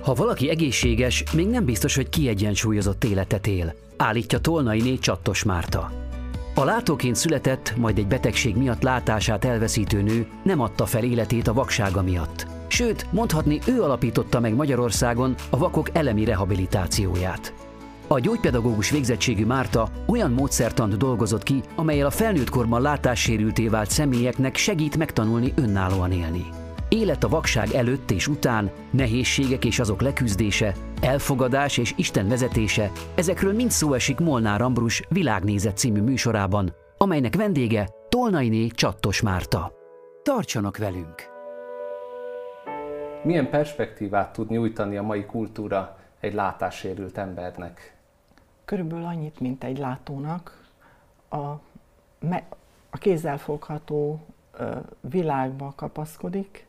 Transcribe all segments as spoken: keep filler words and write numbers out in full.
Ha valaki egészséges, még nem biztos, hogy kiegyensúlyozott életet él, állítja Tolnainé Csattos Márta. A látóként született, majd egy betegség miatt látását elveszítő nő nem adta fel életét a vaksága miatt. Sőt, mondhatni, ő alapította meg Magyarországon a vakok elemi rehabilitációját. A gyógypedagógus végzettségű Márta olyan módszertant dolgozott ki, amellyel a felnőtt korban látássérültté vált személyeknek segít megtanulni önállóan élni. Élet a vakság előtt és után, nehézségek és azok leküzdése, elfogadás és Isten vezetése, ezekről mind szó esik Molnár Ambrus Világnézet című műsorában, amelynek vendége Tolnainé Csattos Márta. Tartsanak velünk! Milyen perspektívát tud nyújtani a mai kultúra egy látássérült embernek? Körülbelül annyit, mint egy látónak. A, a kézzelfogható világba kapaszkodik,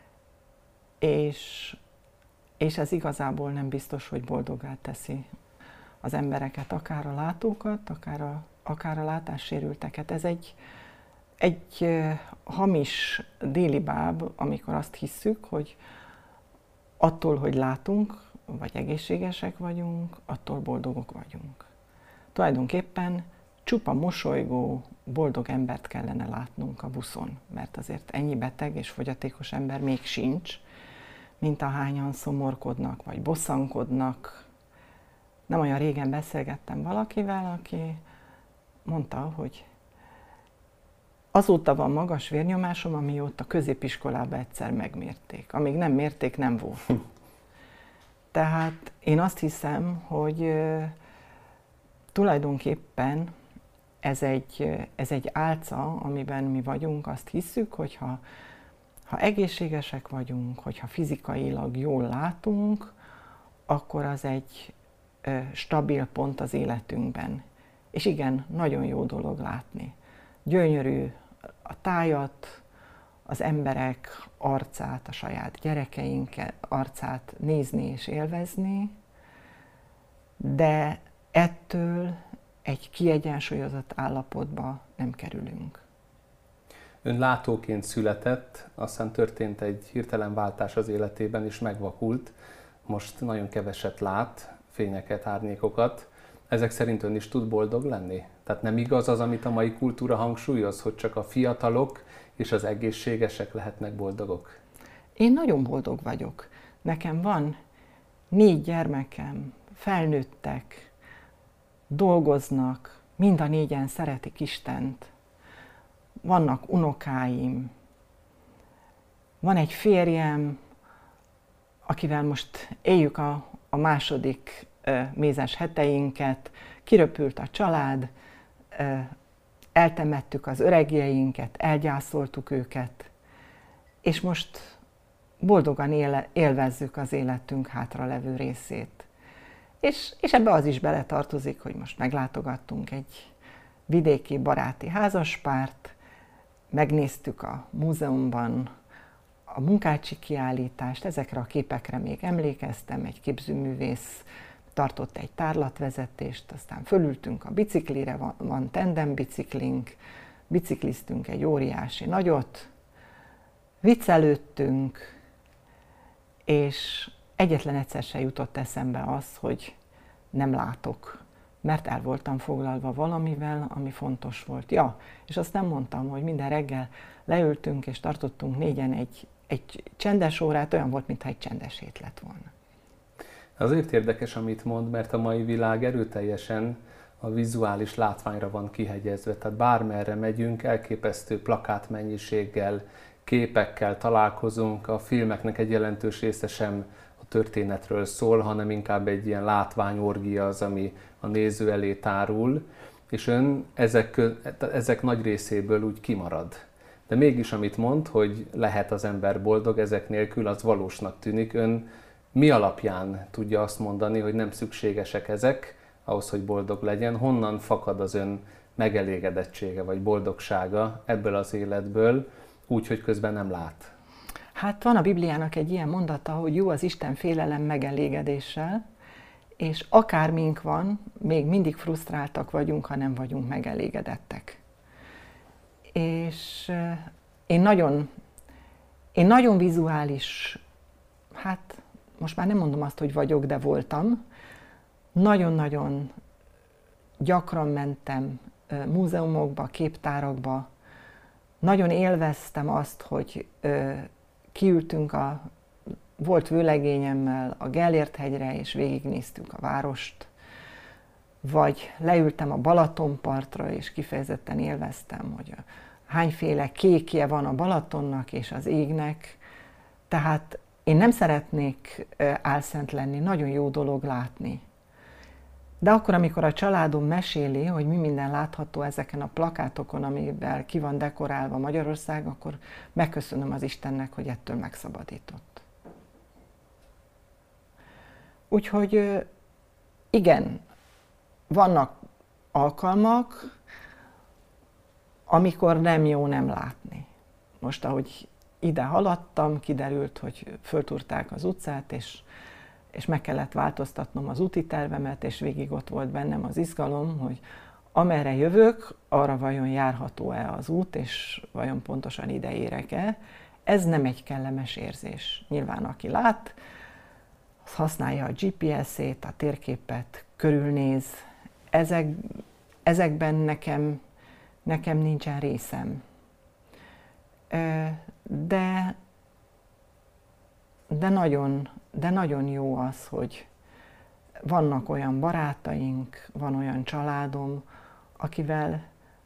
és, és ez igazából nem biztos, hogy boldoggá teszi az embereket, akár a látókat, akár a, akár a látássérülteket. Ez egy, egy hamis délibáb, amikor azt hisszük, hogy attól, hogy látunk, vagy egészségesek vagyunk, attól boldogok vagyunk. Tulajdonképpen csupa mosolygó, boldog embert kellene látnunk a buszon, mert azért ennyi beteg és fogyatékos ember még sincs, mint ahányan szomorkodnak, vagy bosszankodnak. Nem olyan régen beszélgettem valakivel, aki mondta, hogy azóta van magas vérnyomásom, amióta középiskolában egyszer megmérték. Amíg nem mérték, nem volt. Tehát én azt hiszem, hogy uh, tulajdonképpen ez egy, ez egy álca, amiben mi vagyunk, azt hisszük, hogy ha, ha egészségesek vagyunk, hogyha fizikailag jól látunk, akkor az egy uh, stabil pont az életünkben. És igen, nagyon jó dolog látni. Gyönyörű a tájat, az emberek arcát, a saját gyerekeink arcát nézni és élvezni, de ettől egy kiegyensúlyozott állapotba nem kerülünk. Ön látóként született, aztán történt egy hirtelen váltás az életében, és megvakult. Most nagyon keveset lát, fényeket, árnyékokat. Ezek szerint ön is tud boldog lenni? Tehát nem igaz az, amit a mai kultúra hangsúlyoz, hogy csak a fiatalok és az egészségesek lehetnek boldogok? Én nagyon boldog vagyok. Nekem van négy gyermekem, felnőttek, dolgoznak, mind a négyen szeretik Istent. Vannak unokáim, van egy férjem, akivel most éljük a, a második uh, mézes heteinket, kiröpült a család, uh, eltemettük az öregjeinket, elgyászoltuk őket, és most boldogan éle, élvezzük az életünk hátralevő részét. És, és ebbe az is beletartozik, hogy most meglátogattunk egy vidéki baráti házaspárt, megnéztük a múzeumban a munkácsi kiállítást, ezekre a képekre még emlékeztem, egy képzőművész tartott egy tárlatvezetést, aztán fölültünk a biciklire, van, van tandembiciklink, bicikliztünk egy óriási nagyot, viccelődtünk, és egyetlen egyszer se jutott eszembe az, hogy nem látok, mert el voltam foglalva valamivel, ami fontos volt. Ja, és azt nem mondtam, hogy minden reggel leültünk és tartottunk négyen egy, egy csendes órát, olyan volt, mintha egy csendes hét lett volna. Azért érdekes, amit mond, mert a mai világ erőteljesen a vizuális látványra van kihegyezve. Tehát bármerre megyünk, elképesztő plakátmennyiséggel, képekkel találkozunk, a filmeknek egy jelentős része sem a történetről szól, hanem inkább egy ilyen látványorgia az, ami a néző elé tárul, és ön ezek, ezek nagy részéből úgy kimarad. De mégis, amit mond, hogy lehet az ember boldog ezek nélkül, az valósnak tűnik. Ön mi alapján tudja azt mondani, hogy nem szükségesek ezek ahhoz, hogy boldog legyen? Honnan fakad az ön megelégedettsége vagy boldogsága ebből az életből, úgy, hogy közben nem lát? Hát van a Bibliának egy ilyen mondata, hogy jó az Isten félelem megelégedéssel, és akármink van, még mindig frusztráltak vagyunk, ha nem vagyunk megelégedettek. És én nagyon, én nagyon vizuális, hát most már nem mondom azt, hogy vagyok, de voltam. Nagyon-nagyon gyakran mentem múzeumokba, képtárakba. Nagyon élveztem azt, hogy kiültünk a volt vőlegényemmel a Gellért-hegyre, és végignéztük a várost. Vagy leültem a Balatonpartra, és kifejezetten élveztem, hogy hányféle kékje van a Balatonnak és az égnek. Tehát én nem szeretnék álszent lenni, nagyon jó dolog látni. De akkor, amikor a családom meséli, hogy mi minden látható ezeken a plakátokon, amivel ki van dekorálva Magyarország, akkor megköszönöm az Istennek, hogy ettől megszabadított. Úgyhogy igen, vannak alkalmak, amikor nem jó nem látni. Most, ahogy ide haladtam, kiderült, hogy föltúrták az utcát, és, és meg kellett változtatnom az úti tervemet, és végig ott volt bennem az izgalom, hogy amerre jövök, arra vajon járható-e az út, és vajon pontosan ide érek-e. Ez nem egy kellemes érzés. Nyilván, aki lát, az használja a gé pé es-ét, a térképet, körülnéz. Ezek, ezekben nekem, nekem nincsen részem. De, de, nagyon, de nagyon jó az, hogy vannak olyan barátaink, van olyan családom, akivel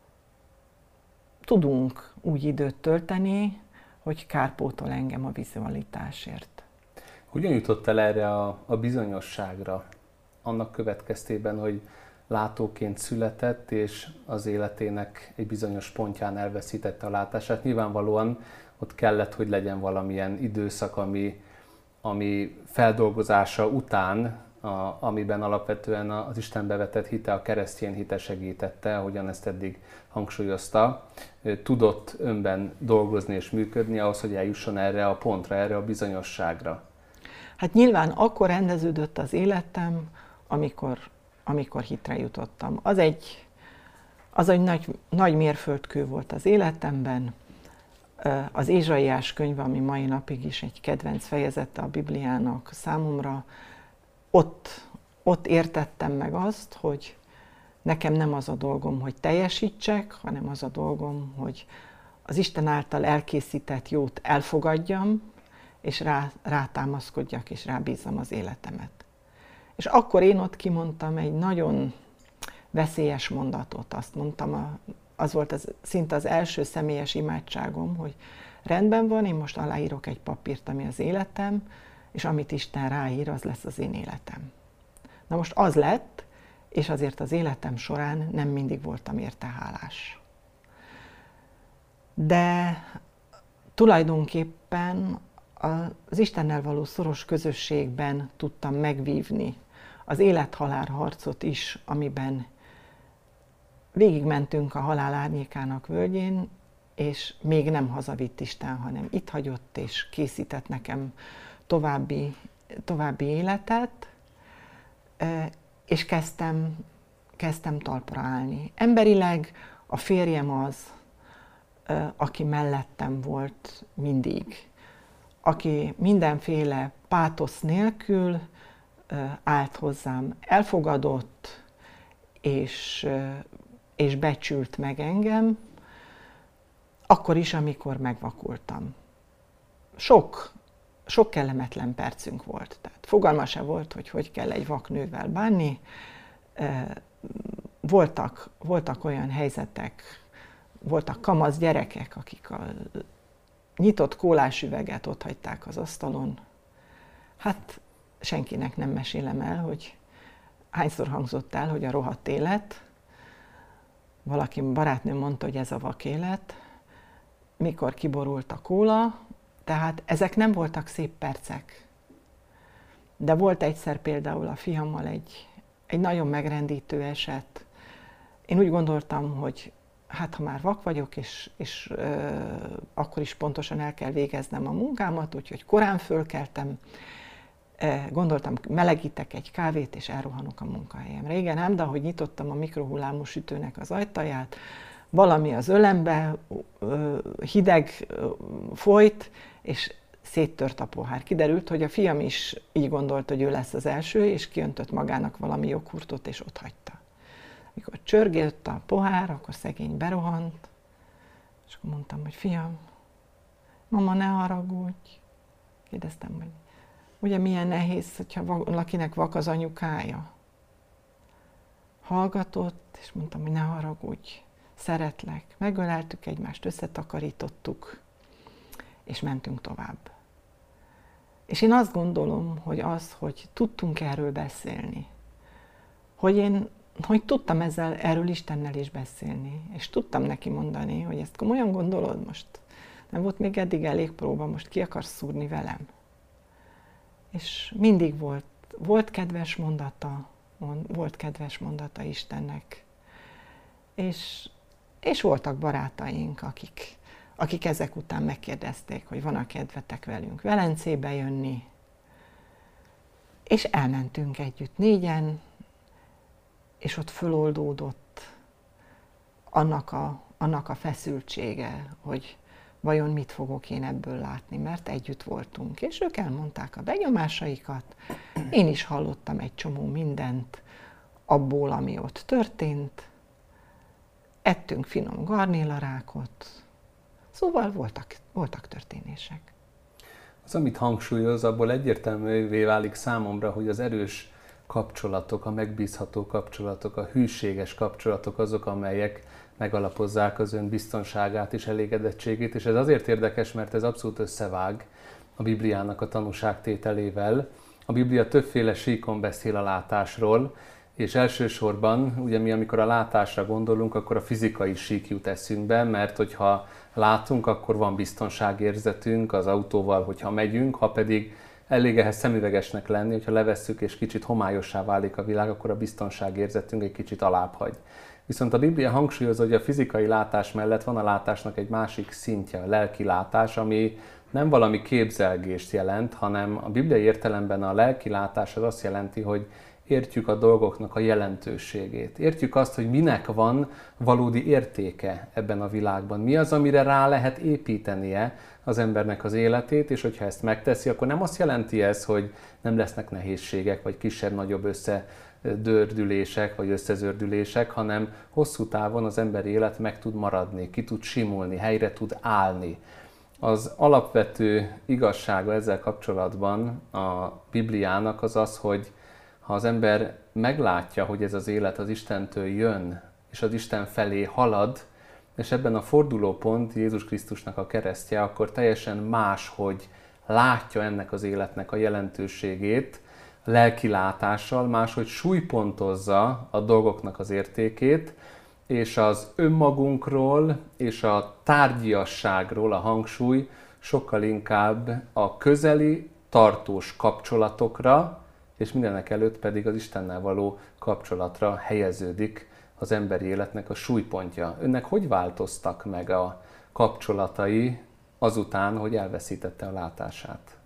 tudunk úgy időt tölteni, hogy kárpótol engem a vizualitásért. Hogyan jutott el erre a, a bizonyosságra? Annak következtében, hogy látóként született, és az életének egy bizonyos pontján elveszítette a látását. Nyilvánvalóan ott kellett, hogy legyen valamilyen időszak, ami, ami feldolgozása után, a, amiben alapvetően az Istenbe vetett hite, a keresztény hite segítette, ahogyan ezt eddig hangsúlyozta, tudott önben dolgozni és működni ahhoz, hogy eljusson erre a pontra, erre a bizonyosságra. Hát nyilván akkor rendeződött az életem, amikor amikor hitre jutottam. Az egy, az egy nagy, nagy mérföldkő volt az életemben. Az Ézsaiás könyv, ami mai napig is egy kedvenc fejezete a Bibliának számomra, ott, ott értettem meg azt, hogy nekem nem az a dolgom, hogy teljesítsek, hanem az a dolgom, hogy az Isten által elkészített jót elfogadjam, és rá, rátámaszkodjak, és rábízzam az életemet. És akkor én ott kimondtam egy nagyon veszélyes mondatot. Azt mondtam, az volt az, szinte az első személyes imádságom, hogy rendben van, én most aláírok egy papírt, ami az életem, és amit Isten ráír, az lesz az én életem. Na most az lett, és azért az életem során nem mindig voltam érte hálás. De tulajdonképpen az Istennel való szoros közösségben tudtam megvívni az élet-halál harcot is, amiben végigmentünk a halál árnyékának völgyén, és még nem hazavitt Isten, hanem itt hagyott, és készített nekem további, további életet, és kezdtem, kezdtem talpra állni. Emberileg a férjem az, aki mellettem volt mindig, aki mindenféle pátosz nélkül állt hozzám, elfogadott és, és becsült meg engem, akkor is, amikor megvakultam. Sok, sok kellemetlen percünk volt. Tehát fogalma se volt, hogy hogy kell egy vaknővel bánni. Voltak, voltak olyan helyzetek, voltak kamasz gyerekek, akik a nyitott kólás üveget otthagyták az asztalon. Hát senkinek nem mesélem el, hogy hányszor hangzott el, hogy a rohadt élet. Valaki barátnőm mondta, hogy ez a vak élet. Mikor kiborult a kóla, tehát ezek nem voltak szép percek. De volt egyszer például a fiammal egy, egy nagyon megrendítő eset. Én úgy gondoltam, hogy hát ha már vak vagyok, és, és ö, akkor is pontosan el kell végeznem a munkámat, úgyhogy korán fölkeltem, e, gondoltam, melegítek egy kávét, és elrohanok a munkahelyemre. Igen, ám, de ahogy nyitottam a mikrohullámú sütőnek az ajtaját, valami az ölembe, ö, hideg ö, folyt, és széttört a pohár. Kiderült, hogy a fiam is így gondolt, hogy ő lesz az első, és kiöntött magának valami joghurtot, és ott hagyta. Mikor csörgött a pohár, akkor szegény berohant, és akkor mondtam, hogy fiam, mama, ne haragudj. Kérdeztem, hogy ugye milyen nehéz, hogyha valakinek vak az anyukája. Hallgatott, és mondtam, hogy ne haragudj, szeretlek. Megöleltük egymást, összetakarítottuk, és mentünk tovább. És én azt gondolom, hogy az, hogy tudtunk erről beszélni, hogy én hogy tudtam ezzel, erről Istennel is beszélni, és tudtam neki mondani, hogy ezt komolyan gondolod most? Nem volt még eddig elég próba, most ki akarsz szúrni velem? És mindig volt, volt kedves mondata, volt kedves mondata Istennek. És, és voltak barátaink, akik, akik ezek után megkérdezték, hogy van-e kedvetek velünk Velencébe jönni. És elmentünk együtt négyen, és ott föloldódott annak a, annak a feszültsége, hogy vajon mit fogok én ebből látni, mert együtt voltunk. És ők elmondták a benyomásaikat, én is hallottam egy csomó mindent abból, ami ott történt, ettünk finom garnélarákot, szóval voltak, voltak történések. Az, amit hangsúlyoz, abból egyértelművé válik számomra, hogy az erős kapcsolatok, a megbízható kapcsolatok, a hűséges kapcsolatok azok, amelyek megalapozzák az ön biztonságát és elégedettségét, és ez azért érdekes, mert ez abszolút összevág a Bibliának a tanúságtételével. A Biblia többféle síkon beszél a látásról, és elsősorban, ugye mi amikor a látásra gondolunk, akkor a fizikai sík jut eszünkbe, mert hogyha látunk, akkor van biztonságérzetünk az autóval, hogyha megyünk, ha pedig elég ehhez szemüvegesnek lenni, hogyha levesszük és kicsit homályossá válik a világ, akkor a biztonságérzetünk egy kicsit alább hagy. Viszont a Biblia hangsúlyozza, hogy a fizikai látás mellett van a látásnak egy másik szintje, a lelki látás, ami nem valami képzelgést jelent, hanem a bibliai értelemben a lelki látás az azt jelenti, hogy értjük a dolgoknak a jelentőségét. Értjük azt, hogy minek van valódi értéke ebben a világban. Mi az, amire rá lehet építenie az embernek az életét, és hogyha ezt megteszi, akkor nem azt jelenti ez, hogy nem lesznek nehézségek, vagy kisebb-nagyobb összedördülések, vagy összezördülések, hanem hosszú távon az ember élet meg tud maradni, ki tud simulni, helyre tud állni. Az alapvető igazsága ezzel kapcsolatban a Bibliának az az, hogy ha az ember meglátja, hogy ez az élet az Istentől jön, és az Isten felé halad, és ebben a fordulópont Jézus Krisztusnak a keresztje, akkor teljesen más, hogy látja ennek az életnek a jelentőségét, lelki látással, máshogy súlypontozza a dolgoknak az értékét, és az önmagunkról és a tárgyiasságról a hangsúly sokkal inkább a közeli, tartós kapcsolatokra, és mindenek előtt pedig az Istennel való kapcsolatra helyeződik az emberi életnek a súlypontja. Önnek hogy változtak meg a kapcsolatai azután, hogy elveszítette a látását?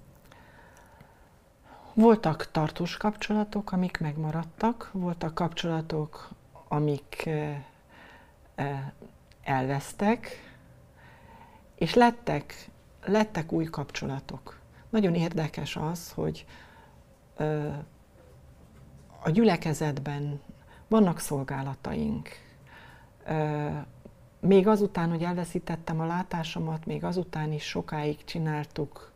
Voltak tartós kapcsolatok, amik megmaradtak, voltak kapcsolatok, amik elvesztek, és lettek, lettek új kapcsolatok. Nagyon érdekes az, hogy a gyülekezetben vannak szolgálataink. Még azután, hogy elveszítettem a látásomat, még azután is sokáig csináltuk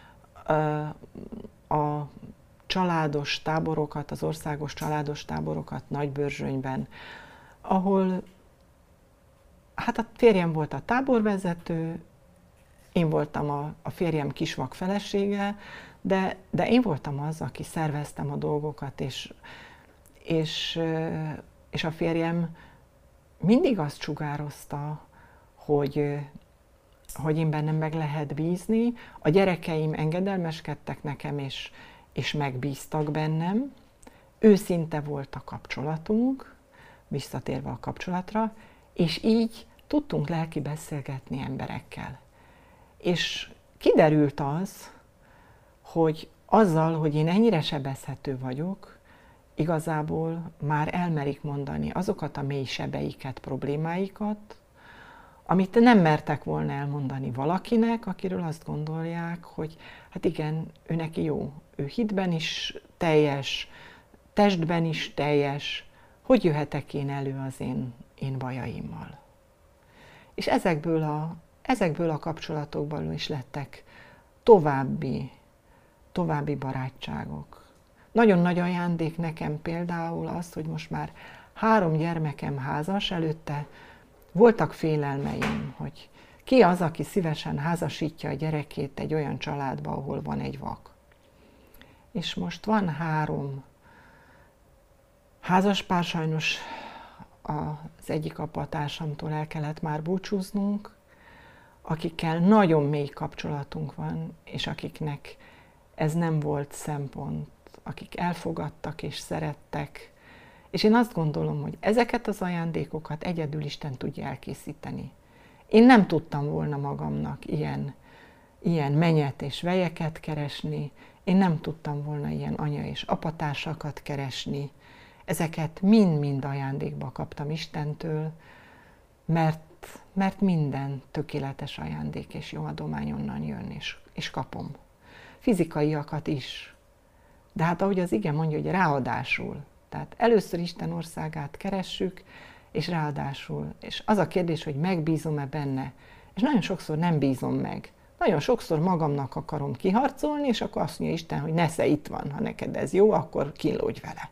a családos táborokat, az országos családos táborokat Nagybörzsönyben, ahol hát a férjem volt a táborvezető, én voltam a, a férjem kisvak felesége, de, de én voltam az, aki szerveztem a dolgokat, és, és, és a férjem mindig azt sugározta, hogy, hogy én bennem meg lehet bízni. A gyerekeim engedelmeskedtek nekem, és, és megbíztak bennem. Őszinte volt a kapcsolatunk, visszatérve a kapcsolatra, és így tudtunk lelki beszélgetni emberekkel. És kiderült az, hogy azzal, hogy én ennyire sebezhető vagyok, igazából már elmerik mondani azokat a mély sebeiket, problémáikat, amit nem mertek volna elmondani valakinek, akiről azt gondolják, hogy hát igen, ő neki jó, ő hitben is teljes, testben is teljes, hogy jöhetek én elő az én, én bajaimmal. És ezekből a, ezekből a kapcsolatokból is lettek további, további barátságok. Nagyon nagy ajándék nekem például az, hogy most már három gyermekem házas, előtte voltak félelmeim, hogy ki az, aki szívesen házasítja a gyerekét egy olyan családba, ahol van egy vak. És most van három házaspár, sajnos az egyik apatársamtól el kellett már búcsúznunk, akikkel nagyon mély kapcsolatunk van, és akiknek ez nem volt szempont, akik elfogadtak és szerettek. És én azt gondolom, hogy ezeket az ajándékokat egyedül Isten tudja elkészíteni. Én nem tudtam volna magamnak ilyen, ilyen menyet és vejeket keresni, én nem tudtam volna ilyen anya és apatársakat keresni. Ezeket mind-mind ajándékba kaptam Istentől, mert, mert minden tökéletes ajándék és jó adomány onnan jön, és, és kapom. Fizikaiakat is. De hát ahogy az ige mondja, hogy ráadásul. Tehát először Isten országát keressük, és ráadásul. És az a kérdés, hogy megbízom-e benne. És nagyon sokszor nem bízom meg. Nagyon sokszor magamnak akarom kiharcolni, és akkor azt mondja Isten, hogy nesze, itt van, ha neked ez jó, akkor kínlódj vele.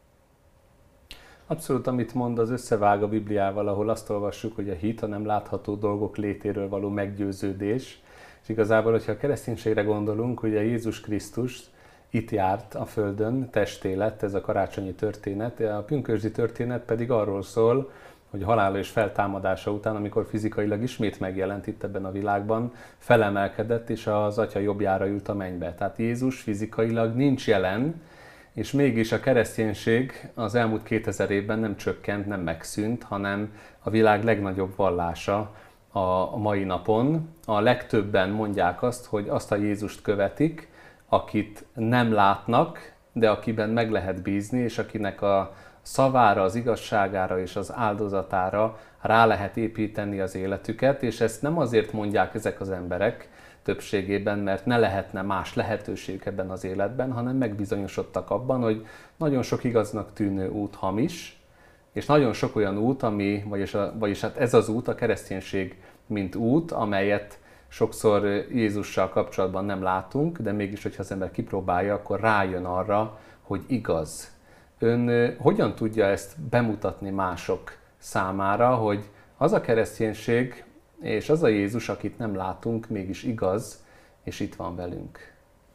Abszolút, amit mond, az összevág a Bibliával, ahol azt olvassuk, hogy a hit a nem látható dolgok létéről való meggyőződés. És igazából, hogyha a kereszténységre gondolunk, ugye Jézus Krisztus itt járt a Földön, testé lett, ez a karácsonyi történet, a pünkösdi történet pedig arról szól, hogy halála és feltámadása után, amikor fizikailag ismét megjelent itt ebben a világban, felemelkedett, és az Atya jobbjára ült a mennybe. Tehát Jézus fizikailag nincs jelen, és mégis a kereszténység az elmúlt kétezer évben nem csökkent, nem megszűnt, hanem a világ legnagyobb vallása a mai napon. A legtöbben mondják azt, hogy azt a Jézust követik, akit nem látnak, de akiben meg lehet bízni, és akinek a szavára, az igazságára és az áldozatára rá lehet építeni az életüket, és ezt nem azért mondják ezek az emberek többségében, mert ne lehetne más lehetőség ebben az életben, hanem megbizonyosodtak abban, hogy nagyon sok igaznak tűnő út hamis, és nagyon sok olyan út, ami, vagyis, a, vagyis hát ez az út, a kereszténység mint út, amelyet sokszor Jézussal kapcsolatban nem látunk, de mégis, hogyha az ember kipróbálja, akkor rájön arra, hogy igaz. Ön hogyan tudja ezt bemutatni mások számára, hogy az a kereszténység és az a Jézus, akit nem látunk, mégis igaz, és itt van velünk?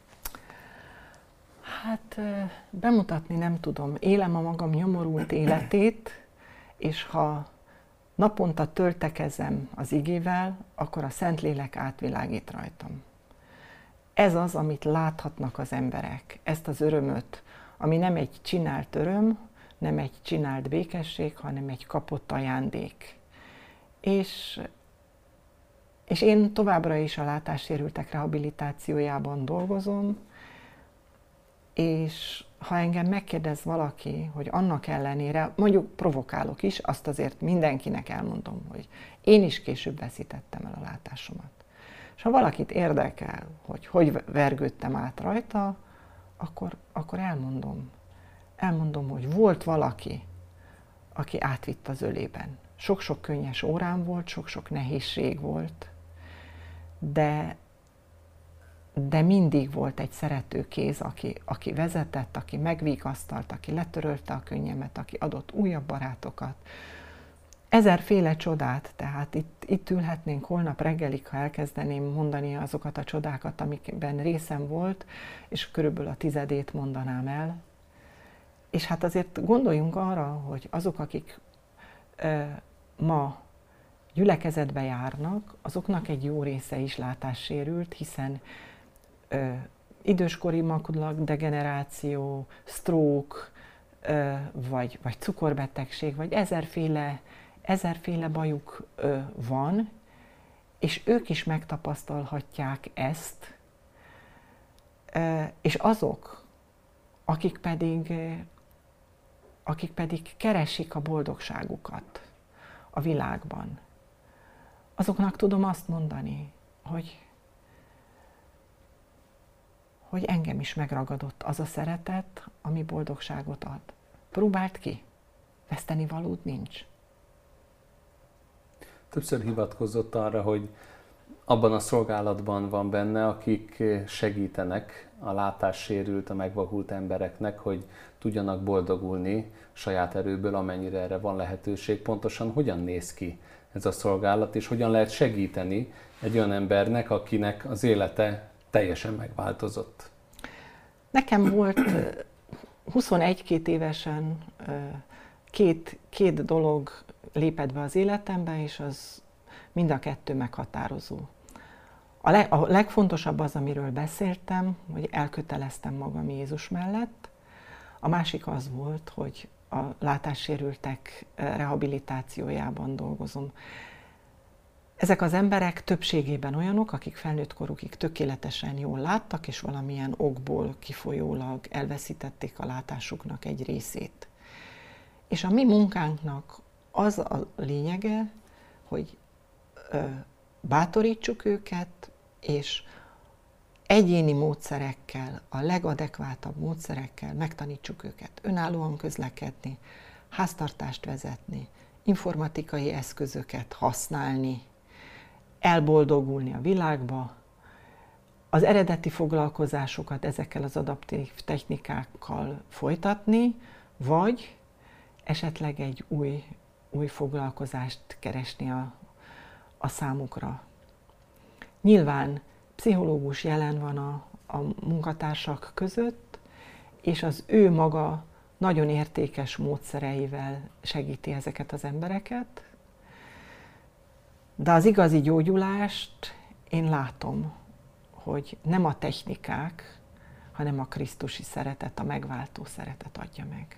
Hát bemutatni nem tudom. Élem a magam nyomorult életét, és ha naponta töltekezem az igével, akkor a Szentlélek átvilágít rajtam. Ez az, amit láthatnak az emberek, ezt az örömöt, ami nem egy csinált öröm, nem egy csinált békesség, hanem egy kapott ajándék. És, és én továbbra is a látássérültek rehabilitációjában dolgozom, és ha engem megkérdez valaki, hogy annak ellenére, mondjuk provokálok is, azt azért mindenkinek elmondom, hogy én is később veszítettem el a látásomat. És ha valakit érdekel, hogy hogy vergődtem át rajta, akkor, akkor elmondom. Elmondom, hogy volt valaki, aki átvitt az ölében. Sok-sok könnyes órám volt, sok-sok nehézség volt, de, de mindig volt egy szerető kéz, aki, aki vezetett, aki megvigasztalt, aki letörölte a könnyemet, aki adott újabb barátokat. Ezerféle csodát, tehát itt, itt ülhetnénk holnap reggelig, ha elkezdeném mondani azokat a csodákat, amikben részem volt, és körülbelül a tizedét mondanám el. És hát azért gondoljunk arra, hogy azok, akik ö, ma gyülekezetbe járnak, azoknak egy jó része is látássérült, hiszen ö, időskori makulagdegeneráció, stroke, ö, vagy, vagy cukorbetegség, vagy ezerféle, ezerféle bajuk ö, van, és ők is megtapasztalhatják ezt, ö, és azok, akik pedig, akik pedig keresik a boldogságukat a világban, azoknak tudom azt mondani, hogy, hogy engem is megragadott az a szeretet, ami boldogságot ad. Próbáld ki, veszteni valód nincs. Többször hivatkozott arra, hogy abban a szolgálatban van benne, akik segítenek a látássérült, a megvahult embereknek, hogy tudjanak boldogulni saját erőből, amennyire erre van lehetőség. Pontosan hogyan néz ki ez a szolgálat, és hogyan lehet segíteni egy olyan embernek, akinek az élete teljesen megváltozott? Nekem volt huszonegy-két évesen két, két dolog lépett be az életembe, és az mind a kettő meghatározó. A, leg, a legfontosabb az, amiről beszéltem, hogy elköteleztem magam Jézus mellett. A másik az volt, hogy a látássérültek rehabilitációjában dolgozom. Ezek az emberek többségében olyanok, akik felnőtt korukig tökéletesen jól láttak, és valamilyen okból kifolyólag elveszítették a látásuknak egy részét. És a mi munkánknak az a lényege, hogy ö, bátorítsuk őket, és egyéni módszerekkel, a legadekvátabb módszerekkel megtanítsuk őket önállóan közlekedni, háztartást vezetni, informatikai eszközöket használni, elboldogulni a világba, az eredeti foglalkozásokat ezekkel az adaptív technikákkal folytatni, vagy esetleg egy új, új foglalkozást keresni a, a számukra. Nyilván pszichológus jelen van a, a munkatársak között, és az ő maga nagyon értékes módszereivel segíti ezeket az embereket. De az igazi gyógyulást én látom, hogy nem a technikák, hanem a krisztusi szeretet, a megváltó szeretet adja meg.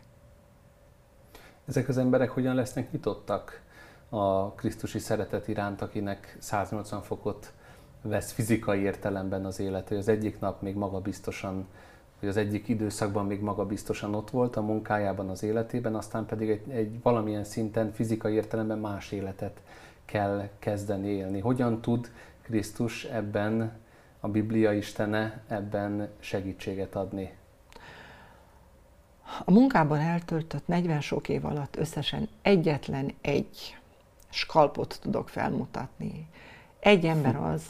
Ezek az emberek hogyan lesznek nyitottak a krisztusi szeretet iránt, akinek száznyolcvan fokot vesz fizikai értelemben az élet, hogy az egyik nap még magabiztosan, vagy az egyik időszakban még magabiztosan ott volt a munkájában, az életében, aztán pedig egy, egy valamilyen szinten fizikai értelemben más életet kell kezdeni élni. Hogyan tud Krisztus ebben, a Biblia istene ebben segítséget adni? A munkában eltöltött negyven sok év alatt összesen egyetlen egy skalpot tudok felmutatni. Egy ember az,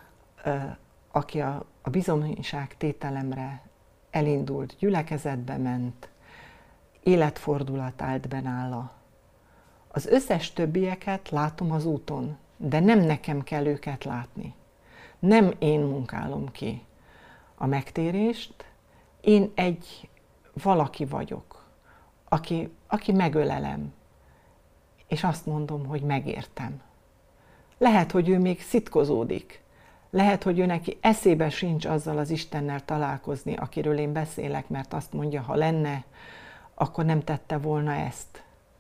aki a, a bizonyságtételemre elindult, gyülekezetbe ment, életfordulat állt be nála. Az összes többieket látom az úton, de nem nekem kell őket látni. Nem én munkálom ki a megtérést, én egy valaki vagyok, aki, aki megölelem, és azt mondom, hogy megértem. Lehet, hogy ő még szitkozódik, lehet, hogy ő neki eszébe sincs azzal az Istennel találkozni, akiről én beszélek, mert azt mondja, ha lenne, akkor nem tette volna ezt.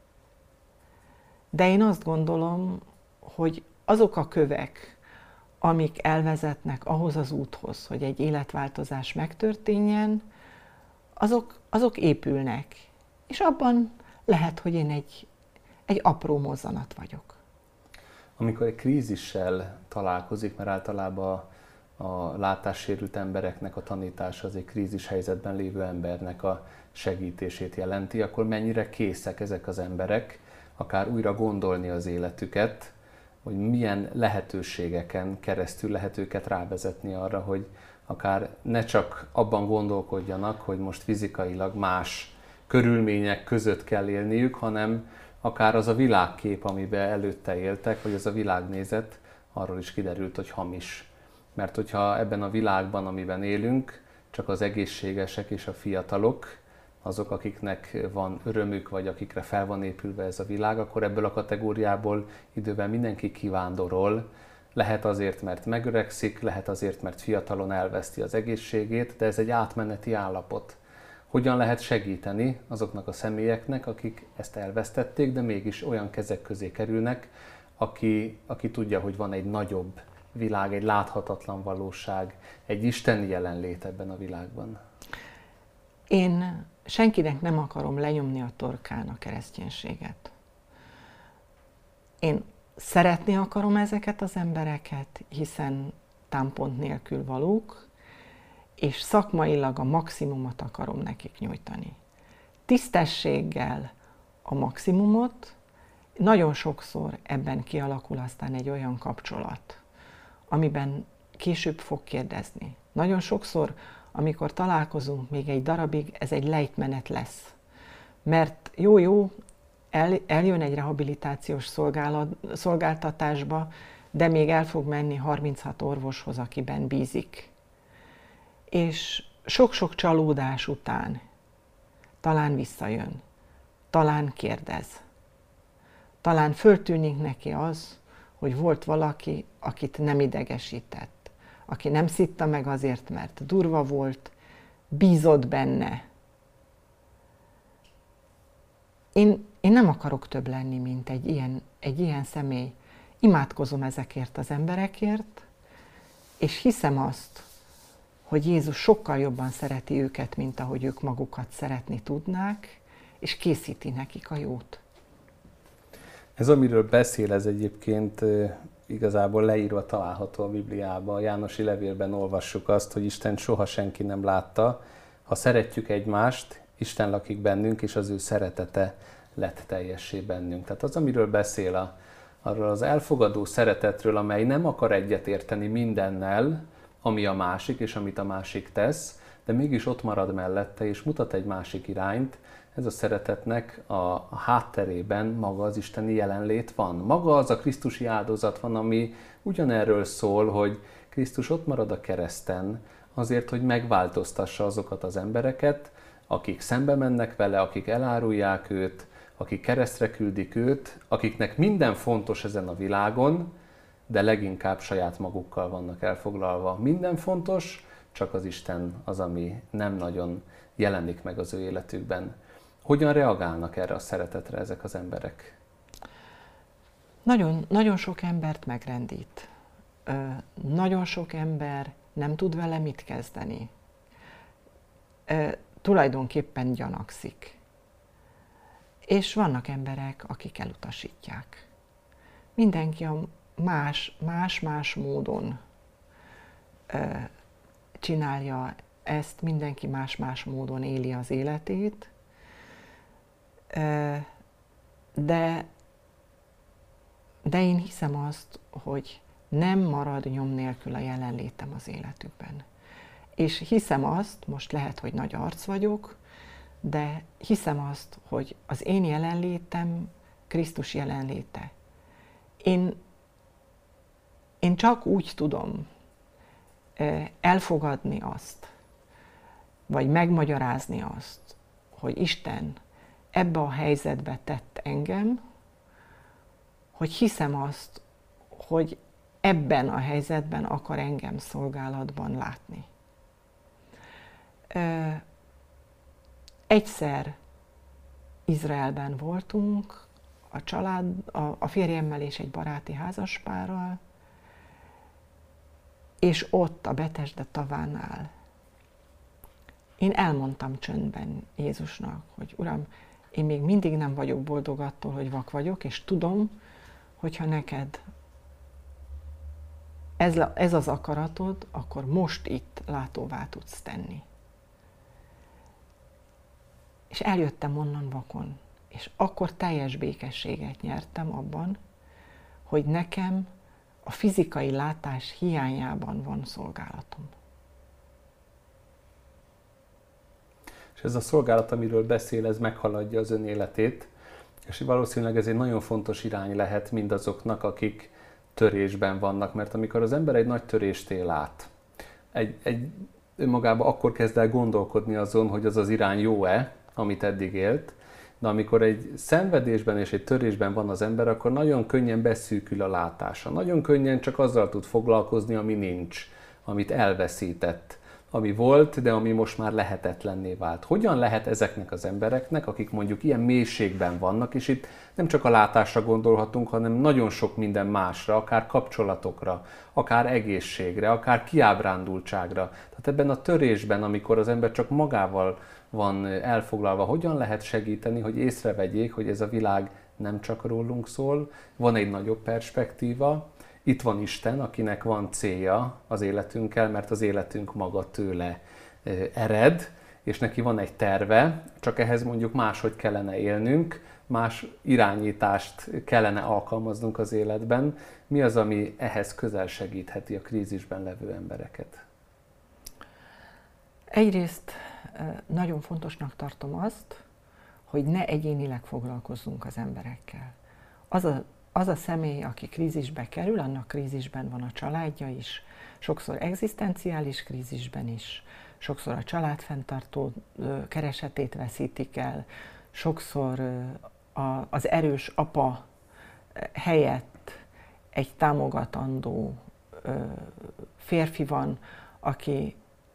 De én azt gondolom, hogy azok a kövek, amik elvezetnek ahhoz az úthoz, hogy egy életváltozás megtörténjen, azok, azok épülnek. És abban lehet, hogy én egy, egy apró mozzanat vagyok. Amikor egy krízissel találkozik, mert általában a látássérült embereknek a tanítása az egy krízis helyzetben lévő embernek a segítését jelenti, akkor mennyire készek ezek az emberek akár újra gondolni az életüket, hogy milyen lehetőségeken keresztül lehet őket rávezetni arra, hogy akár ne csak abban gondolkodjanak, hogy most fizikailag más körülmények között kell élniük, hanem akár az a világkép, amiben előtte éltek, vagy az a világnézet, arról is kiderült, hogy hamis. Mert hogyha ebben a világban, amiben élünk, csak az egészségesek és a fiatalok, azok, akiknek van örömük, vagy akikre fel van épülve ez a világ, akkor ebből a kategóriából időben mindenki kivándorol. Lehet azért, mert megöregszik, lehet azért, mert fiatalon elveszti az egészségét, de ez egy átmeneti állapot. Hogyan lehet segíteni azoknak a személyeknek, akik ezt elvesztették, de mégis olyan kezek közé kerülnek, aki, aki tudja, hogy van egy nagyobb világ, egy láthatatlan valóság, egy isteni jelenlét ebben a világban? Én senkinek nem akarom lenyomni a torkán a kereszténységet. Én szeretni akarom ezeket az embereket, hiszen támpont nélkül valók, és szakmailag a maximumot akarom nekik nyújtani. Tisztességgel a maximumot, nagyon sokszor ebben kialakul aztán egy olyan kapcsolat, amiben később fog kérdezni. Nagyon sokszor, amikor találkozunk még egy darabig, ez egy lejtmenet lesz. Mert jó-jó, el, eljön egy rehabilitációs szolgálat, szolgáltatásba, de még el fog menni harminchat orvoshoz, akiben bízik. És sok-sok csalódás után talán visszajön, talán kérdez. Talán föltűnik neki az, hogy volt valaki, akit nem idegesített, aki nem szitta meg azért, mert durva volt, bízott benne. Én, én nem akarok több lenni, mint egy ilyen, egy ilyen személy. Imádkozom ezekért az emberekért, és hiszem azt, hogy Jézus sokkal jobban szereti őket, mint ahogy ők magukat szeretni tudnák, és készíti nekik a jót. Ez, amiről beszél, ez egyébként igazából leírva található a Bibliában. A Jánosi levélben olvassuk azt, hogy Isten soha senki nem látta. Ha szeretjük egymást, Isten lakik bennünk, és az ő szeretete lett teljessé bennünk. Tehát az, amiről beszél, a, arról az elfogadó szeretetről, amely nem akar egyetérteni mindennel, ami a másik, és amit a másik tesz, de mégis ott marad mellette, és mutat egy másik irányt. Ez a szeretetnek a hátterében maga az isteni jelenlét van. Maga az a krisztusi áldozat van, ami ugyanerről szól, hogy Krisztus ott marad a kereszten, azért, hogy megváltoztassa azokat az embereket, akik szembe mennek vele, akik elárulják őt, akik keresztre küldik őt, akiknek minden fontos ezen a világon, de leginkább saját magukkal vannak elfoglalva. Minden fontos, csak az Isten az, ami nem nagyon jelenik meg az ő életükben. Hogyan reagálnak erre a szeretetre ezek az emberek? Nagyon, nagyon sok embert megrendít. Ö, nagyon sok ember nem tud vele mit kezdeni. Ö, tulajdonképpen gyanakszik. És vannak emberek, akik elutasítják. Mindenki a más, más-más módon ö, csinálja ezt, mindenki más-más módon éli az életét, de, de én hiszem azt, hogy nem marad nyom nélkül a jelenlétem az életükben. És hiszem azt, most lehet, hogy nagy arc vagyok, de hiszem azt, hogy az én jelenlétem Krisztus jelenléte. Én, én csak úgy tudom elfogadni azt, vagy megmagyarázni azt, hogy Isten ebbe a helyzetbe tett engem, hogy hiszem azt, hogy ebben a helyzetben akar engem szolgálatban látni. Egyszer Izraelben voltunk, a család, a, a férjemmel és egy baráti házaspárral, és ott a Betesda tavánál én elmondtam csöndben Jézusnak, hogy Uram, én még mindig nem vagyok boldog attól, hogy vak vagyok, és tudom, hogyha neked ez, ez az akaratod, akkor most itt látóvá tudsz tenni. És eljöttem onnan vakon, és akkor teljes békességet nyertem abban, hogy nekem a fizikai látás hiányában van szolgálatom. És ez a szolgálat, amiről beszél, ez meghaladja az ön életét, és valószínűleg ez egy nagyon fontos irány lehet mindazoknak, akik törésben vannak, mert amikor az ember egy nagy törést él át, egy, egy önmagában akkor kezd el gondolkodni azon, hogy az az irány jó-e, amit eddig élt, de amikor egy szenvedésben és egy törésben van az ember, akkor nagyon könnyen beszűkül a látása. Nagyon könnyen csak azzal tud foglalkozni, ami nincs, amit elveszített, ami volt, de ami most már lehetetlenné vált. Hogyan lehet ezeknek az embereknek, akik mondjuk ilyen mélységben vannak, és itt nem csak a látásra gondolhatunk, hanem nagyon sok minden másra, akár kapcsolatokra, akár egészségre, akár kiábrándultságra. Tehát ebben a törésben, amikor az ember csak magával van elfoglalva, hogyan lehet segíteni, hogy észrevegyék, hogy ez a világ nem csak rólunk szól, van egy nagyobb perspektíva, itt van Isten, akinek van célja az életünkkel, mert az életünk maga tőle ered, és neki van egy terve, csak ehhez mondjuk máshogy kellene élnünk, más irányítást kellene alkalmaznunk az életben. Mi az, ami ehhez közel segítheti a krízisben levő embereket? Egyrészt nagyon fontosnak tartom azt, hogy ne egyénileg foglalkozzunk az emberekkel. Az a, az a személy, aki krízisbe kerül, annak krízisben van a családja is, sokszor egzisztenciális krízisben is, sokszor a családfenntartó keresetét veszítik el, sokszor az erős apa helyett egy támogatandó férfi van, aki,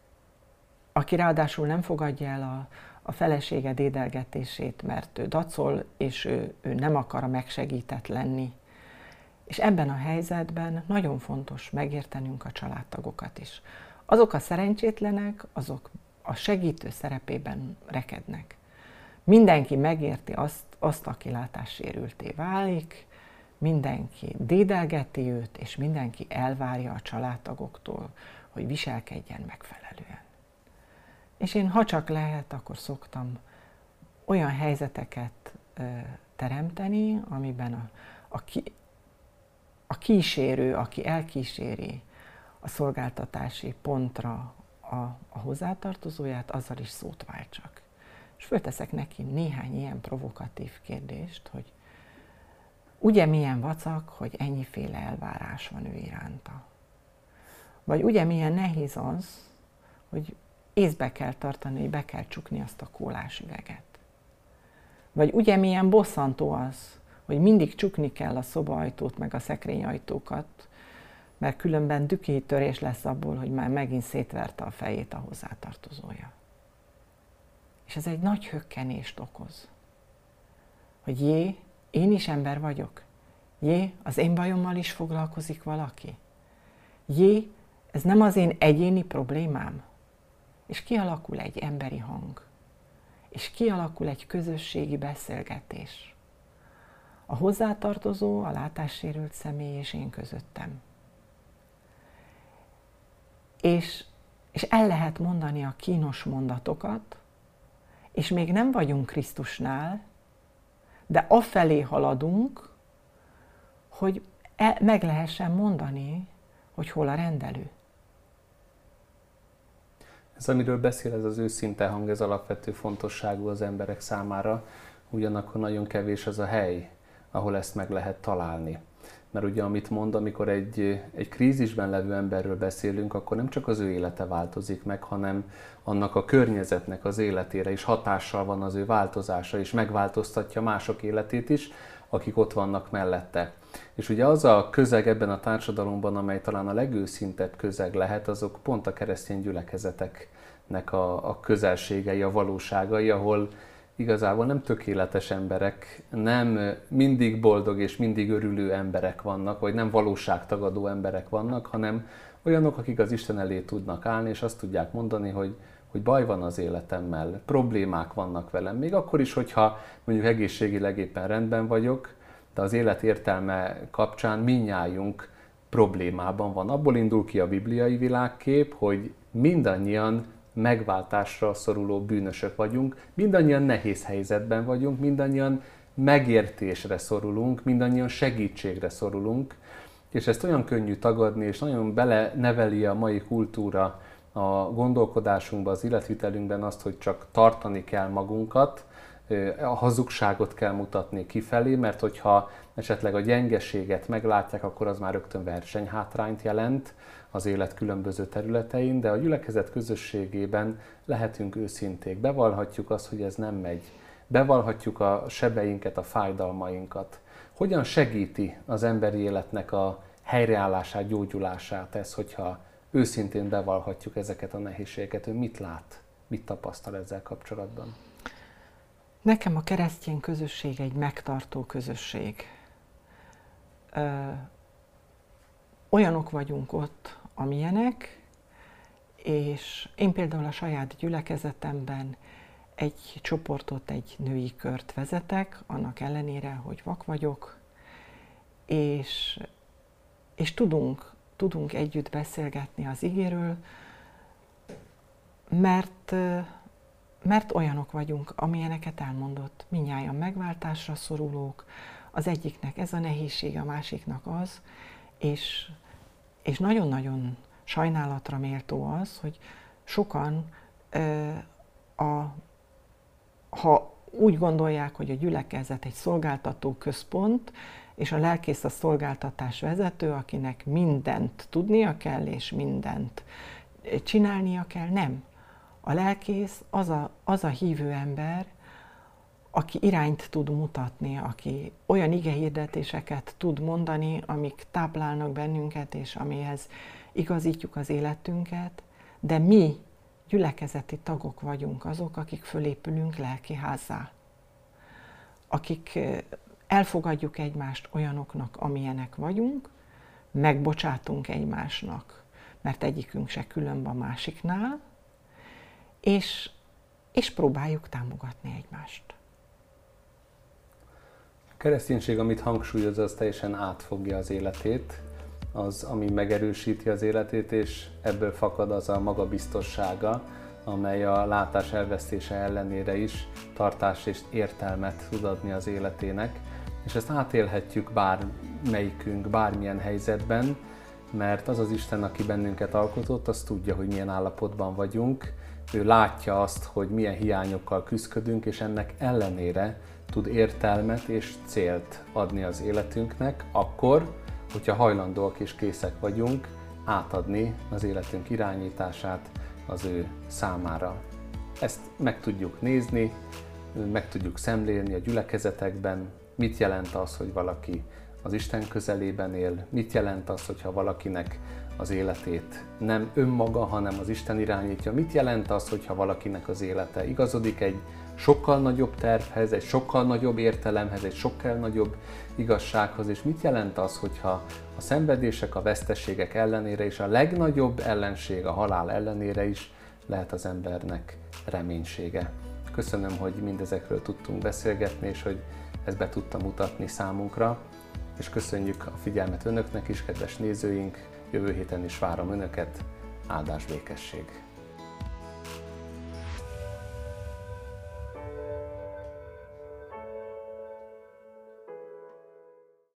aki ráadásul nem fogadja el a, a felesége dédelgetését, mert ő dacol, és ő, ő nem akar megsegített lenni. És ebben a helyzetben nagyon fontos megértenünk a családtagokat is. Azok a szerencsétlenek, azok a segítő szerepében rekednek. Mindenki megérti azt, azt aki látássérültté válik, mindenki dédelgeti őt, és mindenki elvárja a családtagoktól, hogy viselkedjen megfelelően. És én, ha csak lehet, akkor szoktam olyan helyzeteket ö, teremteni, amiben a, a, ki, a kísérő, aki elkíséri a szolgáltatási pontra a, a hozzátartozóját, azzal is szót váltsak. És fölteszek neki néhány ilyen provokatív kérdést, hogy ugye milyen vacak, hogy ennyiféle elvárás van ő iránta? Vagy ugye milyen nehéz az, hogy észbe kell tartani, hogy be kell csukni azt a kólás üveget? Vagy ugye milyen bosszantó az, hogy mindig csukni kell a szobaajtót, meg a szekrényajtókat, mert különben dükétörés lesz abból, hogy már megint szétverte a fejét a hozzátartozója. És ez egy nagy hökkenést okoz. Hogy jé, én is ember vagyok. Jé, az én bajommal is foglalkozik valaki. Jé, ez nem az én egyéni problémám. És kialakul egy emberi hang. És kialakul egy közösségi beszélgetés. A hozzátartozó, a látássérült személy és én közöttem. És, és el lehet mondani a kínos mondatokat, és még nem vagyunk Krisztusnál, de afelé haladunk, hogy el, meg lehessen mondani, hogy hol a rendelő. Ez, amiről beszél, ez az őszinte hang, ez alapvető fontosságú az emberek számára, ugyanakkor nagyon kevés az a hely, ahol ezt meg lehet találni. Mert ugye, amit mond, amikor egy, egy krízisben levő emberről beszélünk, akkor nem csak az ő élete változik meg, hanem annak a környezetnek az életére is hatással van az ő változása, és megváltoztatja mások életét is, akik ott vannak mellette. És ugye az a közeg ebben a társadalomban, amely talán a legőszintebb közeg lehet, azok pont a keresztény gyülekezeteknek a, a közelségei, a valóságai, ahol igazából nem tökéletes emberek, nem mindig boldog és mindig örülő emberek vannak, vagy nem valóságtagadó emberek vannak, hanem olyanok, akik az Isten elé tudnak állni, és azt tudják mondani, hogy, hogy baj van az életemmel, problémák vannak velem. Még akkor is, hogyha mondjuk egészségileg éppen rendben vagyok, de az élet értelme kapcsán mindnyájunk problémában van. Abból indul ki a bibliai világkép, hogy mindannyian megváltásra szoruló bűnösök vagyunk, mindannyian nehéz helyzetben vagyunk, mindannyian megértésre szorulunk, mindannyian segítségre szorulunk, és ezt olyan könnyű tagadni, és nagyon beleneveli a mai kultúra a gondolkodásunkba, az életvitelünkben azt, hogy csak tartani kell magunkat, a hazugságot kell mutatni kifelé, mert hogyha esetleg a gyengeséget meglátják, akkor az már rögtön versenyhátrányt jelent az élet különböző területein, de a gyülekezet közösségében lehetünk őszinték. Bevallhatjuk azt, hogy ez nem megy. Bevallhatjuk a sebeinket, a fájdalmainkat. Hogyan segíti az emberi életnek a helyreállását, gyógyulását ez, hogyha őszintén bevallhatjuk ezeket a nehézségeket? Ő mit lát, mit tapasztal ezzel kapcsolatban? Nekem a keresztény közösség egy megtartó közösség. Ö, olyanok vagyunk ott, amilyenek, és én például a saját gyülekezetemben egy csoportot, egy női kört vezetek, annak ellenére, hogy vak vagyok, és, és tudunk, tudunk együtt beszélgetni az igéről, mert, mert olyanok vagyunk, amilyeneket elmondott. Mindnyájan megváltásra szorulók, az egyiknek ez a nehézség, a másiknak az, és, és nagyon-nagyon sajnálatra méltó az, hogy sokan, a, ha úgy gondolják, hogy a gyülekezet egy szolgáltató központ, és a lelkész a szolgáltatás vezető, akinek mindent tudnia kell, és mindent csinálnia kell, nem. A lelkész az a, az a hívő ember, aki irányt tud mutatni, aki olyan igehirdetéseket tud mondani, amik táplálnak bennünket, és amihez igazítjuk az életünket, de mi gyülekezeti tagok vagyunk azok, akik fölépülünk lelkiházzá, akik elfogadjuk egymást olyanoknak, amilyenek vagyunk, megbocsátunk egymásnak, mert egyikünk se különb a másiknál, és, és próbáljuk támogatni egymást. A kereszténység, amit hangsúlyoz, az teljesen átfogja az életét, az, ami megerősíti az életét, és ebből fakad az a magabiztossága, amely a látás elvesztése ellenére is tartást és értelmet tud adni az életének. És ezt átélhetjük bármelyikünk, bármilyen helyzetben, mert az az Isten, aki bennünket alkotott, az tudja, hogy milyen állapotban vagyunk. Ő látja azt, hogy milyen hiányokkal küzdködünk, és ennek ellenére tud értelmet és célt adni az életünknek, akkor, hogyha hajlandóak és készek vagyunk átadni az életünk irányítását az ő számára. Ezt meg tudjuk nézni, meg tudjuk szemlélni a gyülekezetekben, mit jelent az, hogy valaki az Isten közelében él, mit jelent az, hogyha valakinek az életét nem önmaga, hanem az Isten irányítja, mit jelent az, hogyha valakinek az élete igazodik egy sokkal nagyobb tervhez, egy sokkal nagyobb értelemhez, egy sokkal nagyobb igazsághoz, és mit jelent az, hogyha a szenvedések, a veszteségek ellenére és a legnagyobb ellenség, a halál ellenére is lehet az embernek reménysége. Köszönöm, hogy mindezekről tudtunk beszélgetni, és hogy ezt be tudtam mutatni számunkra, és köszönjük a figyelmet önöknek is, kedves nézőink, jövő héten is várom önöket, áldás, békesség!